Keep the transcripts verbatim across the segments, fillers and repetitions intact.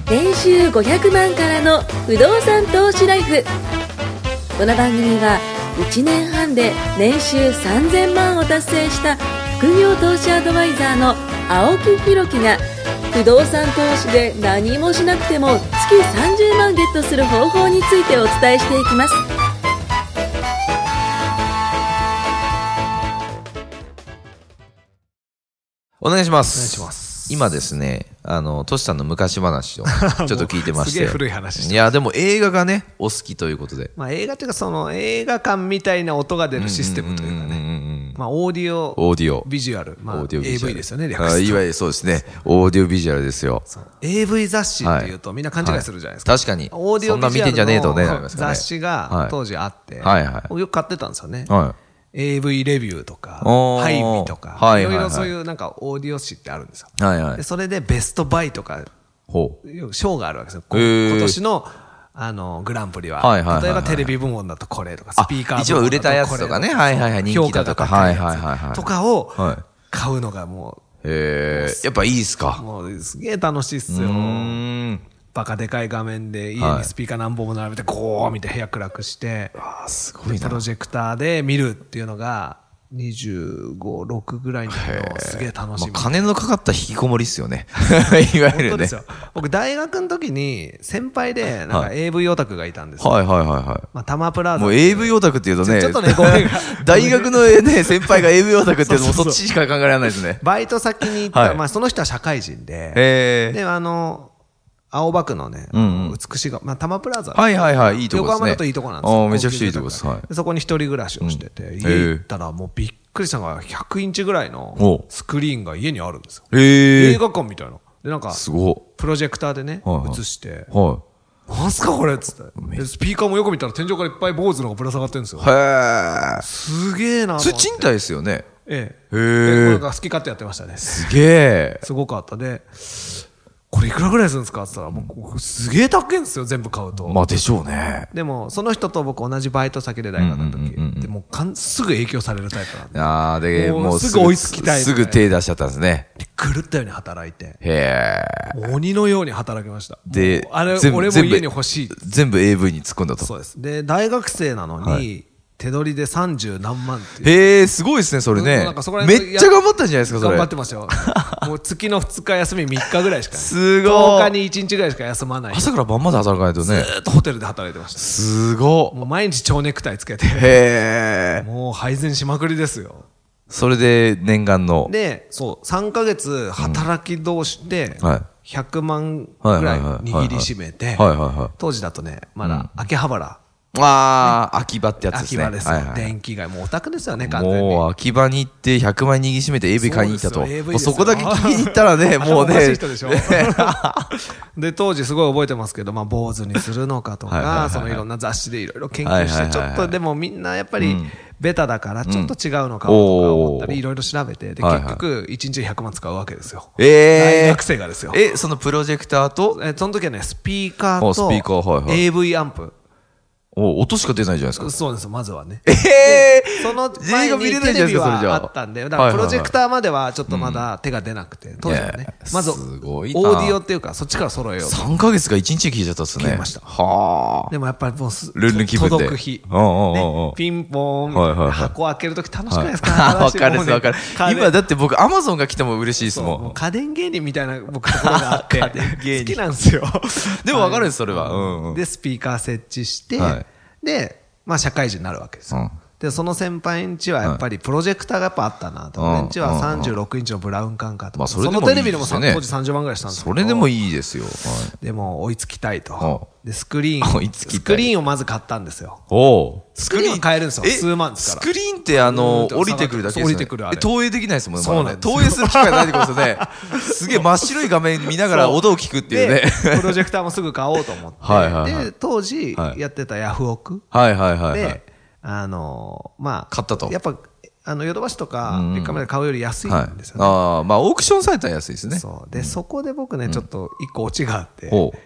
年収ごひゃくまんからの不動産投資ライフ。この番組はいちねんはんで年収さんぜんまんを達成した副業投資アドバイザーの青木弘樹が不動産投資で何もしなくても月さんじゅうまんゲットする方法についてお伝えしていきます。 お願いします。 お願いします。 今ですね、あのトシさんの昔話をちょっと聞いてましてすげえ古い話してます。 いやでも映画がねお好きということで、 まあ、映画というかその映画館みたいな音が出るシステムというかね、まあオーディオオーディオビジュアル、まあ、 オーディオビジュアルエーブイ ですよね、略あすと。 いわゆるそうですね、オーディオビジュアルですよ。 エーブイ 雑誌っていうとみんな勘違いするじゃないですか、 はいはい、確かにオーディオそんな見てんじゃねえとねなりまビすかね。 ジュアルの雑誌が当時あって、 はいはいはい、 よく買ってたんですよね、 はい、 エーブイ レビューとかおーハイミとか、 はいはいはいいろいろそういうなんかオーディオ誌ってあるんですよ、 はいはい、 でそれでベストバイとかほう賞があるわけですよ、こへー今年のあのグランプリは、 はいはいはいはい、 例えばテレビ部門だとこれとか、スピーカー部門だとこれ一番売れたやつとかね、はいはいはい、人気だとか、はいはいはいはい、 とかをはい買うのがもう、 へーやっぱいいっすか。 もうすげえ楽しいっすよ。 うーんバカでかい画面で家にスピーカー何本も並べてこう見て部屋暗くして、 あーすごいな。 プロジェクターで見るっていうのがにじゅうご、ろくぐらいの時のすげえ楽しみ、 まあ、金のかかった引きこもりっすよねいわゆるね。 本当ですよ。僕大学の時に先輩でなんか エーブイ オタクがいたんですよ。 はいはいはいはい。 まあ、タマプラザもう エーブイ オタクっていうとね、 ちょっとねごめんが大学の、ね、先輩が エーブイ オタクっていうのもそっちしか考えられないですね。 バイト先に行った、 はいまあ、その人は社会人で、 へーであの青葉区のね、 うんうん美しいが、まあ、タマプラザ、 はいはいはい、いいとこですね。 横浜だといいとこなんですよ。 あーめちゃくちゃいいとこです。はい。 でそこに一人暮らしをしてて、 うん家行ったらもうびっくりしたのがひゃくインチぐらいのおスクリーンが家にあるんですよ。 へー映画館みたいな。でなんかすごプロジェクターでね、 はいはい映して、 はなんすかこれっつって。でスピーカーもよく見たら天井からいっぱい坊主のがぶら下がってるんですよ。 い。へーすげえなと思って。 それ賃貸ですよね。 ええ。 へでーこれが好き勝手やってましたね。 すげえ。 すごかったで、これいくらぐらいするんですかって言ったら、もうすげえ高いんですよ、全部買うと。 まあでしょうね。 でも、その人と僕同じバイト先で大学の時、 うんうんうんうんでもうかんすぐ影響されるタイプなんで、 ああ、で、 もうもうすぐ追いつきたいみたいなすぐ手出しちゃったんですね。 で狂ったように働いて、 へえ。 鬼のように働きました。 でもうあれ、 全部俺も家に欲しい。 全部 エーブイ に突っ込んだと。 そうです。で、大学生なのに、 はい手取りでさんじゅうなんまんっていう。 へえ、すごいですね、それねなんかそこらめ辺っちゃ頑張ったんじゃないですか、それ。 頑張ってますよ。もう月のふつか休みみっかぐらいしかない。 すごいとおかにいちにちぐらいしか休まない。ず朝から晩まで働かないとね。 ーっとホテルで働いてました。 すごもう毎日蝶ネクタイつけて、 っ。へえ。 もう配膳しまくりですよ。 それで念願の。 で、そう、さんかげつ働き通して、 はい。 ひゃくまんぐらい握りしめて、 はいはいはい。 当時だとね、まだ秋葉原、 ああ、秋葉ってやつですね。 秋葉ですよ、 はいはい電気街、もうオタクですよね、完全に。 もう秋葉に行ってひゃくまん握りしめて エーブイ 買いに行ったと。 そうですよ エーブイもうそこだけ聞きに行ったらね、もう頭おかしいね。 人でしょで、当時すごい覚えてますけど、まあ、坊主にするのかとはいはいはいはか、 いそのいろんな雑誌でいろいろ研究して、 はいはいはいはいちょっとでもみんなやっぱりうん、 ベタだからちょっと違うのかもとか思ったり、 おーいろいろ調べて、で、 はいはい結局、いちにちひゃくまん使うわけですよ。 ええ。 大学生がですよ。 え、そのプロジェクターと、 えその時はね、スピーカーあスピーカーはいとはいエーブイ アンプ。 お音しか出ないじゃないですか。 そうですまずはね。 ええ。 その前映画見れにないじゃないですか、それテレビはじゃあ。 あったんで、だからプロジェクターまではちょっとまだ手が出なくて、当時はねいや。 まず、オすーごいなディオっていうか、そっちから揃えようと。 さんかげつがいちにちで消えちゃったっすね。 消えましたはあ。 でもやっぱりもうす、 ルンルン気分で届く日。 うんうんうんうんねピンポーンみたいな。 はいはいはい箱開けるとき楽しくないですか？ あわ新しいかるっすもうねわかる。 家電今だって僕アマゾンが来ても嬉しいですそうも。 もうん家電芸人みたいな僕ところがあって、 家電芸人好きなんですよ。 でもわかるんです、それは。うんうん。 で、スピーカー設置して、 はいで、まあ社会人になるわけですよ。 うんで、その先輩んちはやっぱりプロジェクターがやっぱあったなと。 うん俺んちはさんじゅうろくインチのブラウン管かと。 まあそれでものテレビでもさいいですよね当時さんじゅうまんぐらいしたんですけど。 それでもいいですよ。はいでも追いつきたいうんと。で、スクリーン追いつきたいスクリーンをまず買ったんですよ。 おうスクリーンは買えるんですよえ数万ですからスクリーンってあのうん降りてくるだけですよね。 そう降りてくるあれえ投影できないですもんね。 そうなんですよまだね投影する機会ないってことですよね。すげえ真っ白い画面見ながら音を聞くっていうね。 で、プロジェクターもすぐ買おうと思って。 はいはいはいで、当時はいやってたヤフオクはいはいはいはいで、。あのー、まあ、 買ったとやっぱ、あの、ヨドバシとかうんうん、 ビッグカメラで買うより安いはいんですよね。 ああ、まあオークションサイトは安いですね。 そう。で、そこで僕ね、ちょっと一個オチがあって、 おう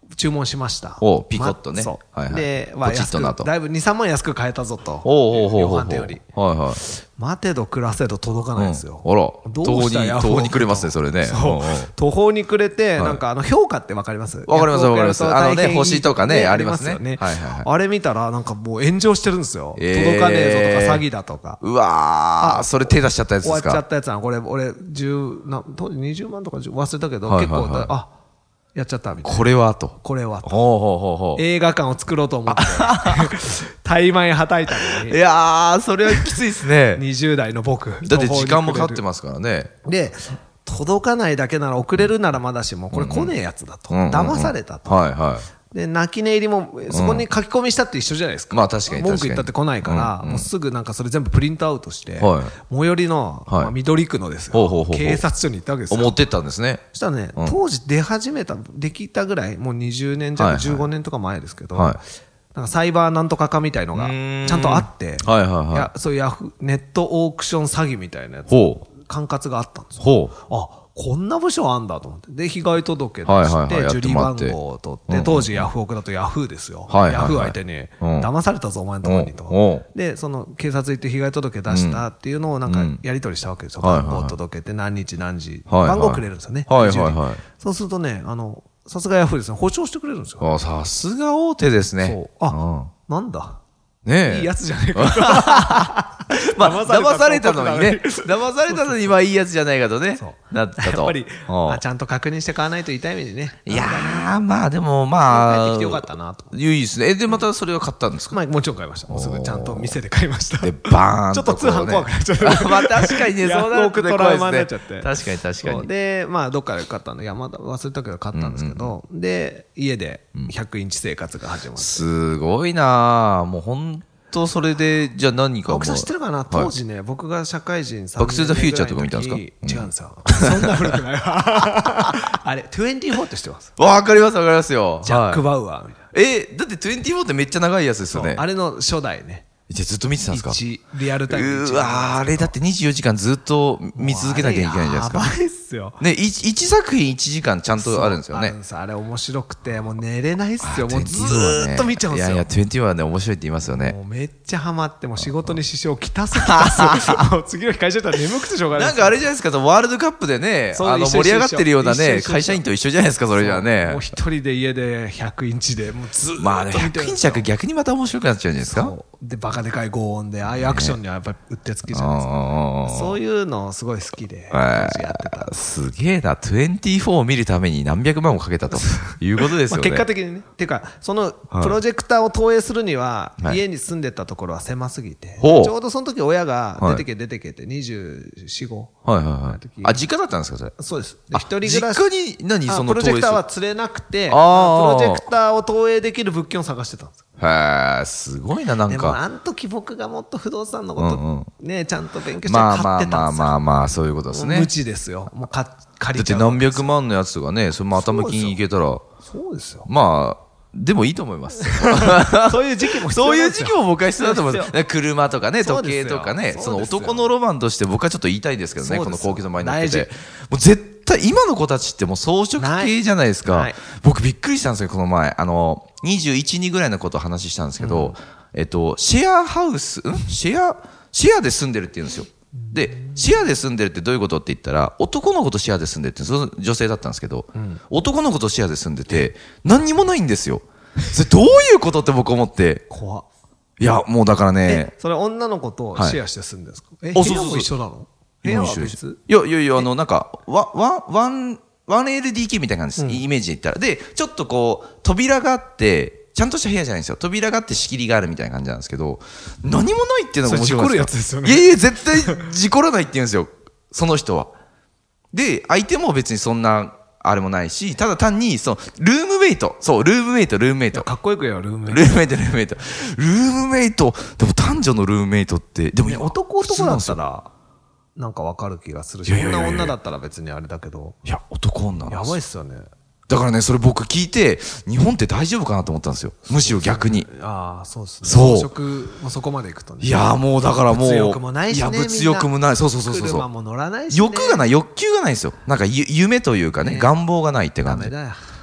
注文しました。 おピコッとね。 ま、そう。 はいはい、 で、 ポチッとなと。 だいぶに、さんまん安く買えたぞと。 おうほうほうほう。 量販店より。 はいはい。 待てど暮らせど届かないんですよ。 うん、あら、 どうしたヤフオク途方に暮れますね、それね。 そう。途方に暮れて、なんかあの評価ってわかります？ わかりますわかります。あのね、星とかね、ありますね。 はいはいはい。あれ見たら、なんかもう炎上してるんですよ。届かねえぞとか詐欺だとか。 うわー、それ手出しちゃったやつですか？ 終わっちゃったやつなの。これ、俺、十、な、当時にじゅうまんとか忘れたけど、結構、あ、やっちゃったみたいな。 これはと。 これはと。 ほうほうほうほう。 映画館を作ろうと思って、怠慢はたいたのに。 いやー、それはきついですね。 にじゅう代の僕。 だって時間もかかってますからね。 で、届かないだけなら遅れるならまだしも、これ来ねえやつだと。騙されたと。 はいはい。 で、泣き寝入りも、そこに書き込みしたって一緒じゃないですか。 まあ確かに確かに。 文句言ったって来ないから、もうすぐなんかそれ全部プリントアウトして、 はい、 最寄りの、 はいまあ、緑区のですよ。 ほうほうほうほう警察署に行ったわけですよ。 持ってったんですね。 そしたらね、 うん、 当時出始めた、できたぐらい、もうにじゅうねんじゃなくじゅうごねんとか前ですけど、 はい、 なんかサイバーなんとかかみたいのがちゃんとあって、 はいはいはい、 いやそういうヤフネットオークション詐欺みたいなやつ、管轄があったんですよ。 ほうあ、こんな部署あんだと思って。で、被害届出して、受理番号を取って、当時ヤフオクだとヤフーですよ。ヤフー相手に、騙されたぞ、お前のとこにと。で、その、警察行って被害届出したっていうのをなんか、やり取りしたわけですよ。番号届けて、何日何時。番号くれるんですよね。そうするとね、あの、さすがヤフーですね、保証してくれるんですよ。 さすが大手ですね。 そう。あ、なんだ。 ねえ。 いいやつじゃねえか。 まあ、騙されたのにね。騙されたのにはいいやつじゃないかとね。なったと。 やっぱり、ちゃんと確認して買わないと痛い目にね。 いやー、まあでもまあ。 帰ってきてよかったなと。 いいですね。え、で、またそれを買ったんですか？ まあもちろん買いました。すぐちゃんと店で買いました。 で、バーンちょっと通販怖くなっちゃった。 まあ確かにね、そうなるとトラウマになっちゃって。 確かに確かに。 で、まあどっかで買ったの。いや、まだ忘れたけど買ったんですけど、で、家でひゃくインチ生活が始まって。 すごいなぁ。もうほんとそれで、じゃあ何かもう。 僕さん知ってるかな、当時ね、僕が社会人さんねんバックトゥザフューチャーとか見たんですか？違うんですよ。そんな古くないわ。あれ、にじゅうよんって知ってます？ わかりますわかりますよ。 ジャック・バウアーみたいな。 え、だってにじゅうよんってめっちゃ長いやつですよね。 あれの初代ね。 じゃずっと見てたんですか？ リアルタイム。 うわあれだってにじゅうよじかんずっと見続けなきゃいけないじゃないですか。 やばいっすよ。 ね、いちさくひんいちじかんちゃんとあるんですよね。 あれ面白くて、もう寝れないっすよ。もうずーっと見ちゃうんですよ。 いやいや、にじゅういちはね、面白いって言いますよね。 もうめっちゃハマって、もう仕事に支障をきたすきたす。もう次の日会社行ったら眠くてしょうがない。 なんかあれじゃないですか、ワールドカップでね、あの盛り上がってるようなね、会社員と一緒じゃないですか、それじゃあね。 もう一人で家でひゃくインチで、もうずーっとまあね、ひゃくインチは逆にまた面白くなっちゃうんじゃないですか。 で、バカでかい轟音で、ああいうアクションにはやっぱりうってつきじゃないですか。そういうのすごい好きで、やってた。 すげえな、にじゅうよんを見るために何百万もかけたということですよね。 結果的にね。ていうか、そのプロジェクターを投影するには、家に住んでたところは狭すぎて、ちょうどその時親が出てけ出てけってにじゅうよん、ご。 はいはいはい。あ、実家だったんですか、それ。 そうです。一人暮らし。 実家に何そのプロジェクターは釣れなくて、プロジェクターを投影できる物件を探してたんです。 へえ、すごいな、なんか。 でも、あの時僕がもっと不動産のこと、ね、ちゃんと勉強して買ってたんですよ。 まあまあまあまあ、そういうことですね。 無知ですよ。もう借りちゃう。 だって何百万のやつとかね、その頭金に行けたら。 そうですよ。 まあ、でもいいと思います。 そういう時期も必要そういう時期も僕は必要だと思います。車とかね、時計とかね、その男のロマンとして僕はちょっと言いたいですけどね、この高級の前になってて。もう絶対、今の子たちってもう装飾系じゃないですか。僕びっくりしたんですよ、この前。あの、にじゅういち、にぐらいのことを話したんですけど、えっと、シェアハウス、んシェア、シェアで住んでるって言うんですよ。で、シェアで住んでるってどういうことって言ったら、男の子とシェアで住んでるって、その女性だったんですけど、うん、男の子とシェアで住んでて、何にもないんですよ。それどういうことって僕思って。 怖っ。 いや、もうだからね。 それ女の子とシェアして住んでるんですか？はい、え、部屋も一緒なの？ 部屋は別？いやいやいや、あの、なんか、ワ、ワ、ワン、ワンエルディーケー みたいな感じです。うん、イメージで言ったら。で、ちょっとこう、扉があって、ちゃんとした部屋じゃないんですよ。扉があって仕切りがあるみたいな感じなんですけど、何もないっていうのが面白いです。 事故るやつですよね。 いやいや、絶対事故らないって言うんですよ。その人は。で、相手も別にそんな、あれもないし、ただ単に、その、ルームメイト。そう、ルームメイト、ルームメイト。 かっこよく言うよ、ルームメイト。 ルームメイト、ルームメイト。ルームメイト。でも男女のルームメイトって、でも、 ね、男男だったら、なんかわかる気がするし、女女だったら別にあれだけど。 いや、男女なんです。 やばいっすよね。 だからね、それ僕聞いて、日本って大丈夫かなと思ったんですよ。むしろ逆に。 ああ、そうですね。 そう。 装飾もそこまで行くとね。 いやーもうだからもう。 物欲もないしね。いや、 物欲もない。そうそうそうそう。 車も乗らないしね。 欲がない、欲求がないんですよ。なんかゆ夢というかね、願望がないって感じ。 ダメだよ。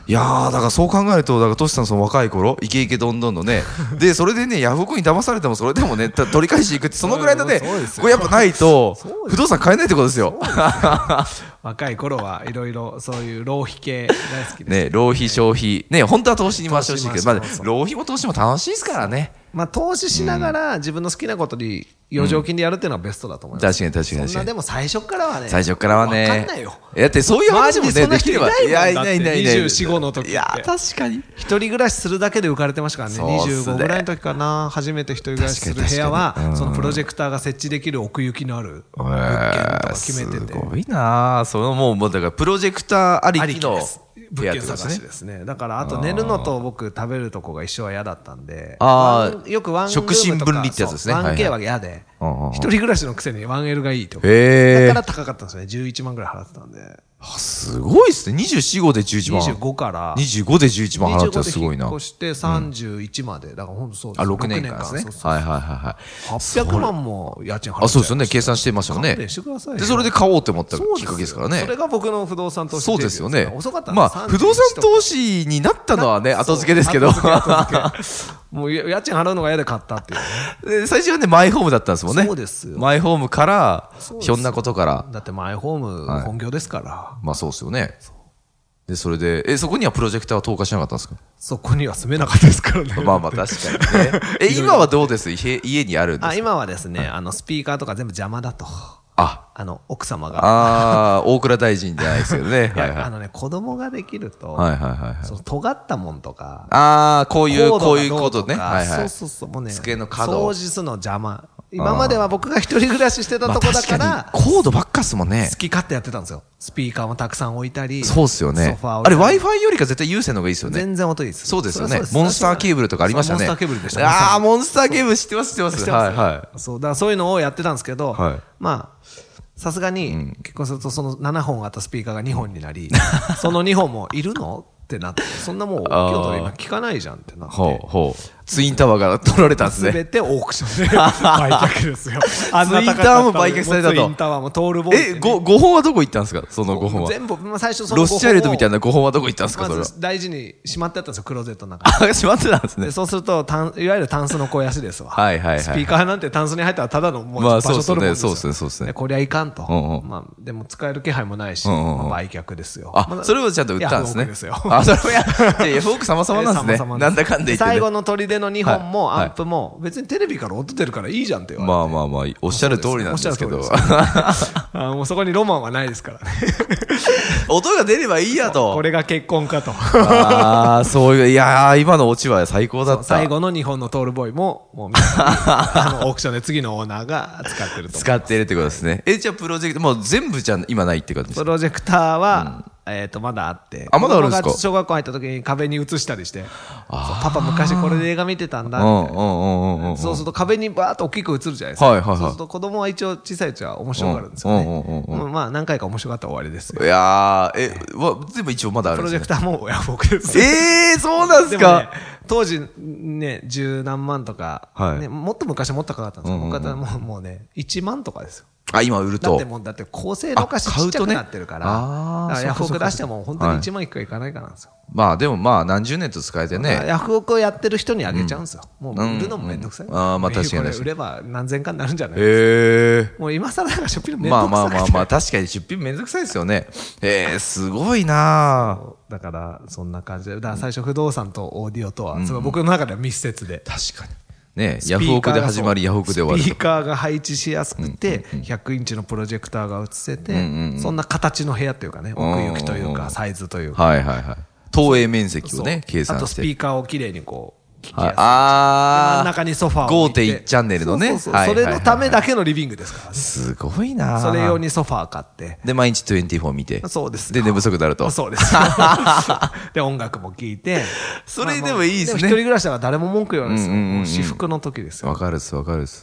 いやーだからそう考えるとだからトシさんその若い頃イケイケどんどんのねでそれでねヤフオクに騙されてもそれでもね取り返していくってそのぐらいのねこれやっぱないと不動産買えないってことですよ。 若い頃はいろいろそういう浪費系大好きですね。浪費消費ね本当は投資に回してほしいけど、まあ、浪費も投資も楽しいですからね。 まあ、投資しながら自分の好きなことに余剰金でやるっていうのはベストだと思います。 確かに確かに。 そんなでも最初からはね。 最初からはね。 分かんないよ。 だってそういう話もねできれば。 いやいないいないいない。にじゅうよん、ごの時って。いや確かに。 一人暮らしするだけで浮かれてましたからね。にじゅうごぐらいの時かな。初めて一人暮らしする部屋はそのプロジェクターが設置できる奥行きのある物件とか決めてて。 すごいな。そのもうもうだからプロジェクターありきの。 物件探しですね。だからあと寝るのと僕食べるとこが一緒は嫌だったんで、 あよくワンルームとか食神分離ってやつですね。 ワンケー は嫌で、一人暮らしのくせに ワンエル がいいと。だから高かったんですね。じゅういちまんぐらい払ってたんで。 すごいですね。にじゅうよん、ごでじゅういちまん。 にじゅうごからにじゅうごでじゅういちまん払ったらすごいな。 にじゅうごで引っ越してさんじゅういちまで、だから本当そうです。 あ、ろくねんかんですね。はいはいはいはい。 はっぴゃくまんも家賃払って。 あ、そうですよね。計算してましたよね。で、それで買おうって思ったきっかけですからね。 それが僕の不動産投資。 そうですよね。 遅かった。 まあ、不動産投資になったのはね、後付けですけど。 もう家賃払うのが嫌で買ったっていうね。最初はね、マイホームだったんですもんね。 そうですよ。 マイホームから、ひょんなことから。 だってマイホーム本業ですから。 まあそうですよね。で、それで、え、そこにはプロジェクターは投下しなかったんですか？ そこには住めなかったですからね。 まあまあ確かにね。え、今はどうです家、家にあるんですか？ あ、今はですね、あの、スピーカーとか全部邪魔だと。 あ、 あの、奥様が。 ああ、大倉大臣じゃないですけどね。 はいはい。あのね、子供ができると、 はいはいはい。 その尖ったもんとか。 ああ、こういう、こういうことね。 はいはい。そうそうそう。もうね、 机の角。 掃除するの邪魔。今までは僕が一人暮らししてたとこだから、 コードばっかっすもんね。 好き勝手やってたんですよ。スピーカーもたくさん置いたり。 そうっすよね。あれ Wi-Fi よりか絶対有線の方がいいですよね。 全然音いいです。 そうですよね。モンスターケーブルとかありましたね。 モンスターケーブルでした。 ああ、モンスターケーブル知ってます知ってます。はいはい。 そう、だからそういうのをやってたんですけど、まあ、さすがに結婚するとそのななほんあったスピーカーがにほんになり、そのにほんもいるのってなって、そんなもう大きい音今聞かないじゃんってなって。 ほうほう。ツインタワーが取られたんですね。 すべてオークションで売却ですよ。 ツインタワーも売却されたと。 ツインタワーもトールボール。 え、ご、ごほんはどこ行ったんですかそのごほんは。 全部、まあ、最初そのロスチャイルドみたいなごほんはどこ行ったんですかそれは。 まず大事にしまってあったんですよ、クローゼットの中に。あ、しまってたんですね。 そうすると、たんいわゆるタンスの肥やしですわ。 はいはいはい。 スピーカーなんてタンスに入ったらただのもう場所取るもんですよ。 そうですね、そうですね。 こりゃいかんと。まあ、でも使える気配もないし、売却ですよ。 あ、それをちゃんと売ったんですね。 あ、 それもや、ヤフオク様々なんですね。なんだかんだ言って。 最後の砦のにほんも、アンプも別にテレビから音出るからいいじゃんって言われて。まあまあまあ、おっしゃる通りなんですけど。 もうそこにロマンはないですからね。 音が出ればいいやと。 これが結婚かと。 ああ、そういう、いやー、今のオチは最高だった。 最後の日本のトールボーイも、もうみんな、あの、オークションで次のオーナーが使ってると。 使ってるってことですね。え、じゃあプロジェクト、もう全部じゃ今ないってことですか？ プロジェクターは、えっと、まだあって。 あ、まだあるんですか？ 小学校入った時に壁に映したりして、パパ昔これで映画見てたんだ、みたいな。そうすると壁にバーッと大きく映るじゃないですか。そうすると子供は一応小さいうちは面白がるんですよね。まあ何回か面白がったら終わりですよ。 いやー、え、全部一応まだあるんですプロジェクターもヤフオクです。 えー、そうなんですか？ 当時ね、十何万とか、もっと昔もっとかかったんですよ。僕はもうね、いちまんとかですよ。 あ、今売ると。 だってもう、だって高性能化しちっちゃくなってるから、だからヤフオク出しても本当にいちまんいくかいかないかなんですよ。 まあでもまあ何十年と使えてね。 ヤフオクをやってる人にあげちゃうんですよ。もう売るのもめんどくさい。 ああ、まあ確かに。 売れば何千かになるんじゃないですか。へえ。もう今更なんか出品めんどくさい。 まあまあまあまあ、確かに出品めんどくさいですよね。ええ、すごいなだからそんな感じで。だから最初不動産とオーディオとは、僕の中では密接で。 確かに。ね、ヤフオクで始まりヤフオクで終わる。 スピーカーが配置しやすくて、ひゃくインチのプロジェクターが映せて、そんな形の部屋っていうかね、奥行きというか、サイズというか。 はいはいはい。投影面積をね、計算して。 あとスピーカーをきれいにこう、聞きやすい。 ああ。中にソファーを置いて。 ごてんいち チャンネルのね。 それのためだけのリビングですからね。 すごいなそれ用にソファー買って。 で、毎日にじゅうよん見て。 そうです。 で、寝不足になると。 そうです。で、音楽も聴いて。 それでもいいですね。 一人暮らしは誰も文句言わないですよ。もう至福の時ですよ。 わかるっす、わかるっす。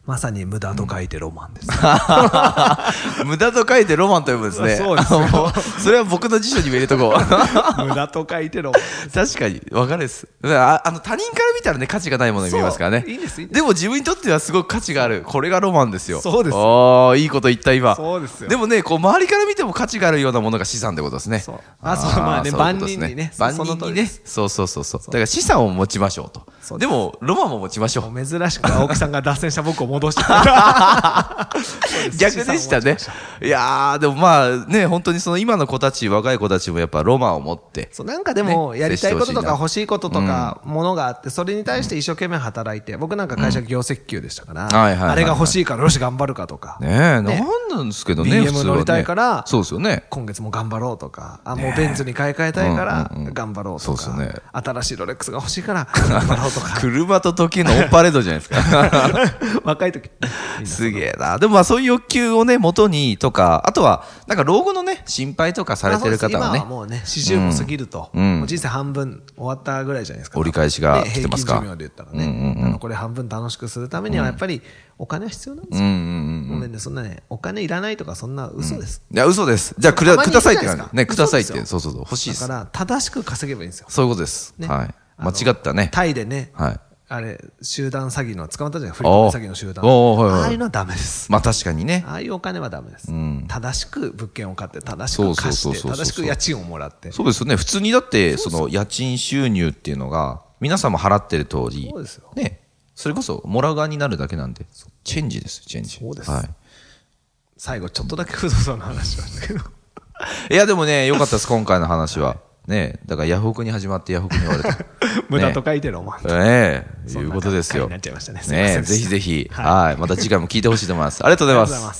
まさに無駄と書いてロマンです。 無駄と書いてロマンと呼ぶんですね。 そうですよ。 それは僕の辞書にも入れとこう。 無駄と書いてロマン。 確かに、わかるです。ああの他人から見たらね、価値がないものに見えますからね。 いいですいいです。 でも自分にとってはすごく価値がある。これがロマンですよ。 そうです。 ああ、いいこと言った今。 そうですよ。 でもね、こう周りから見ても価値があるようなものが資産ってことですね。 そう。あ、そう、まあね、万人にね。 万人にね。そうそうそうそう。だから資産を持ちましょうと。でもロマンも持ちましょう。 珍しく青木さんが脱線した僕を戻して逆でしたね。いやーでもまあね、本当にその今の子たち、若い子たちもやっぱロマンを持って、 そうなんかでもやりたいこととか欲しいこととかものがあって、それに対して一生懸命働いて、僕なんか会社業績給でしたから、あれが欲しいからよし頑張るかとかね、なんなんですけどね、 ビーエム 乗りたいからそうですよね、 今月も頑張ろうとか、あもうベンツに買い替えたいから頑張ろうとか、新しいロレックスが欲しいから頑張ろうとか、 車と時計のオンパレードじゃないですか。 若い時すげえな。でもまあそういう欲求をね元にとか、あとはなんか老後のね心配とかされてる方はね、 今はもうねよんじゅうも過ぎると、うん、もう人生半分終わったぐらいじゃないですか。 折り返しが来てますか。 平均寿命で言ったらね、うんうんうん、あのこれ半分楽しくするためにはやっぱりお金は必要なんですよ。うんうんうん、ごめんね、そんなねお金いらないとかそんな嘘です。 うん、いや嘘です。じゃあくだくださいって感じね、くださいって、そうそうそう欲しいです。 だから正しく稼げばいいんですよ。 そういうことです。ね、はい。間違ったね。 タイでね。はい。あれ集団詐欺の捕まったじゃない、振り込み詐欺の集団、ああいうのはダメです。 まあ確かにね、 ああいうお金はダメです、うん、正しく物件を買って正しく貸して正しく家賃をもらって。 そうですよね。普通にだってその家賃収入っていうのが皆さんも払ってる通り、そうですよね、それこそもらう側になるだけなんでチェンジですチェンジ。 そうです、はい、最後ちょっとだけ不動産の話しましたけどいやでもね良かったです今回の話は、はいね、だからヤフオクに始まってヤフオクに終わると無駄と書いてロマンとねえいうことですよ。 なっちゃいましたね。 ね、ぜひぜひ、はい、はい、また次回も聞いてほしいと思います。ありがとうございます。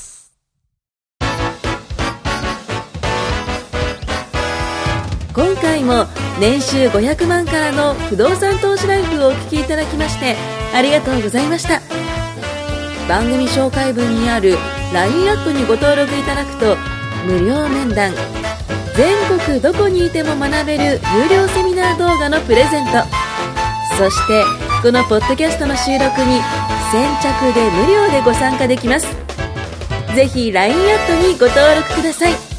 今回も年収ごひゃくまんからの不動産投資ライフをお聞きいただきましてありがとうございました。番組紹介文にある ライン アットにご登録いただくと無料面談、全国どこにいても学べる有料セミナー動画のプレゼント、そしてこのポッドキャストの収録に先着で無料でご参加できます。ぜひ ライン アットにご登録ください。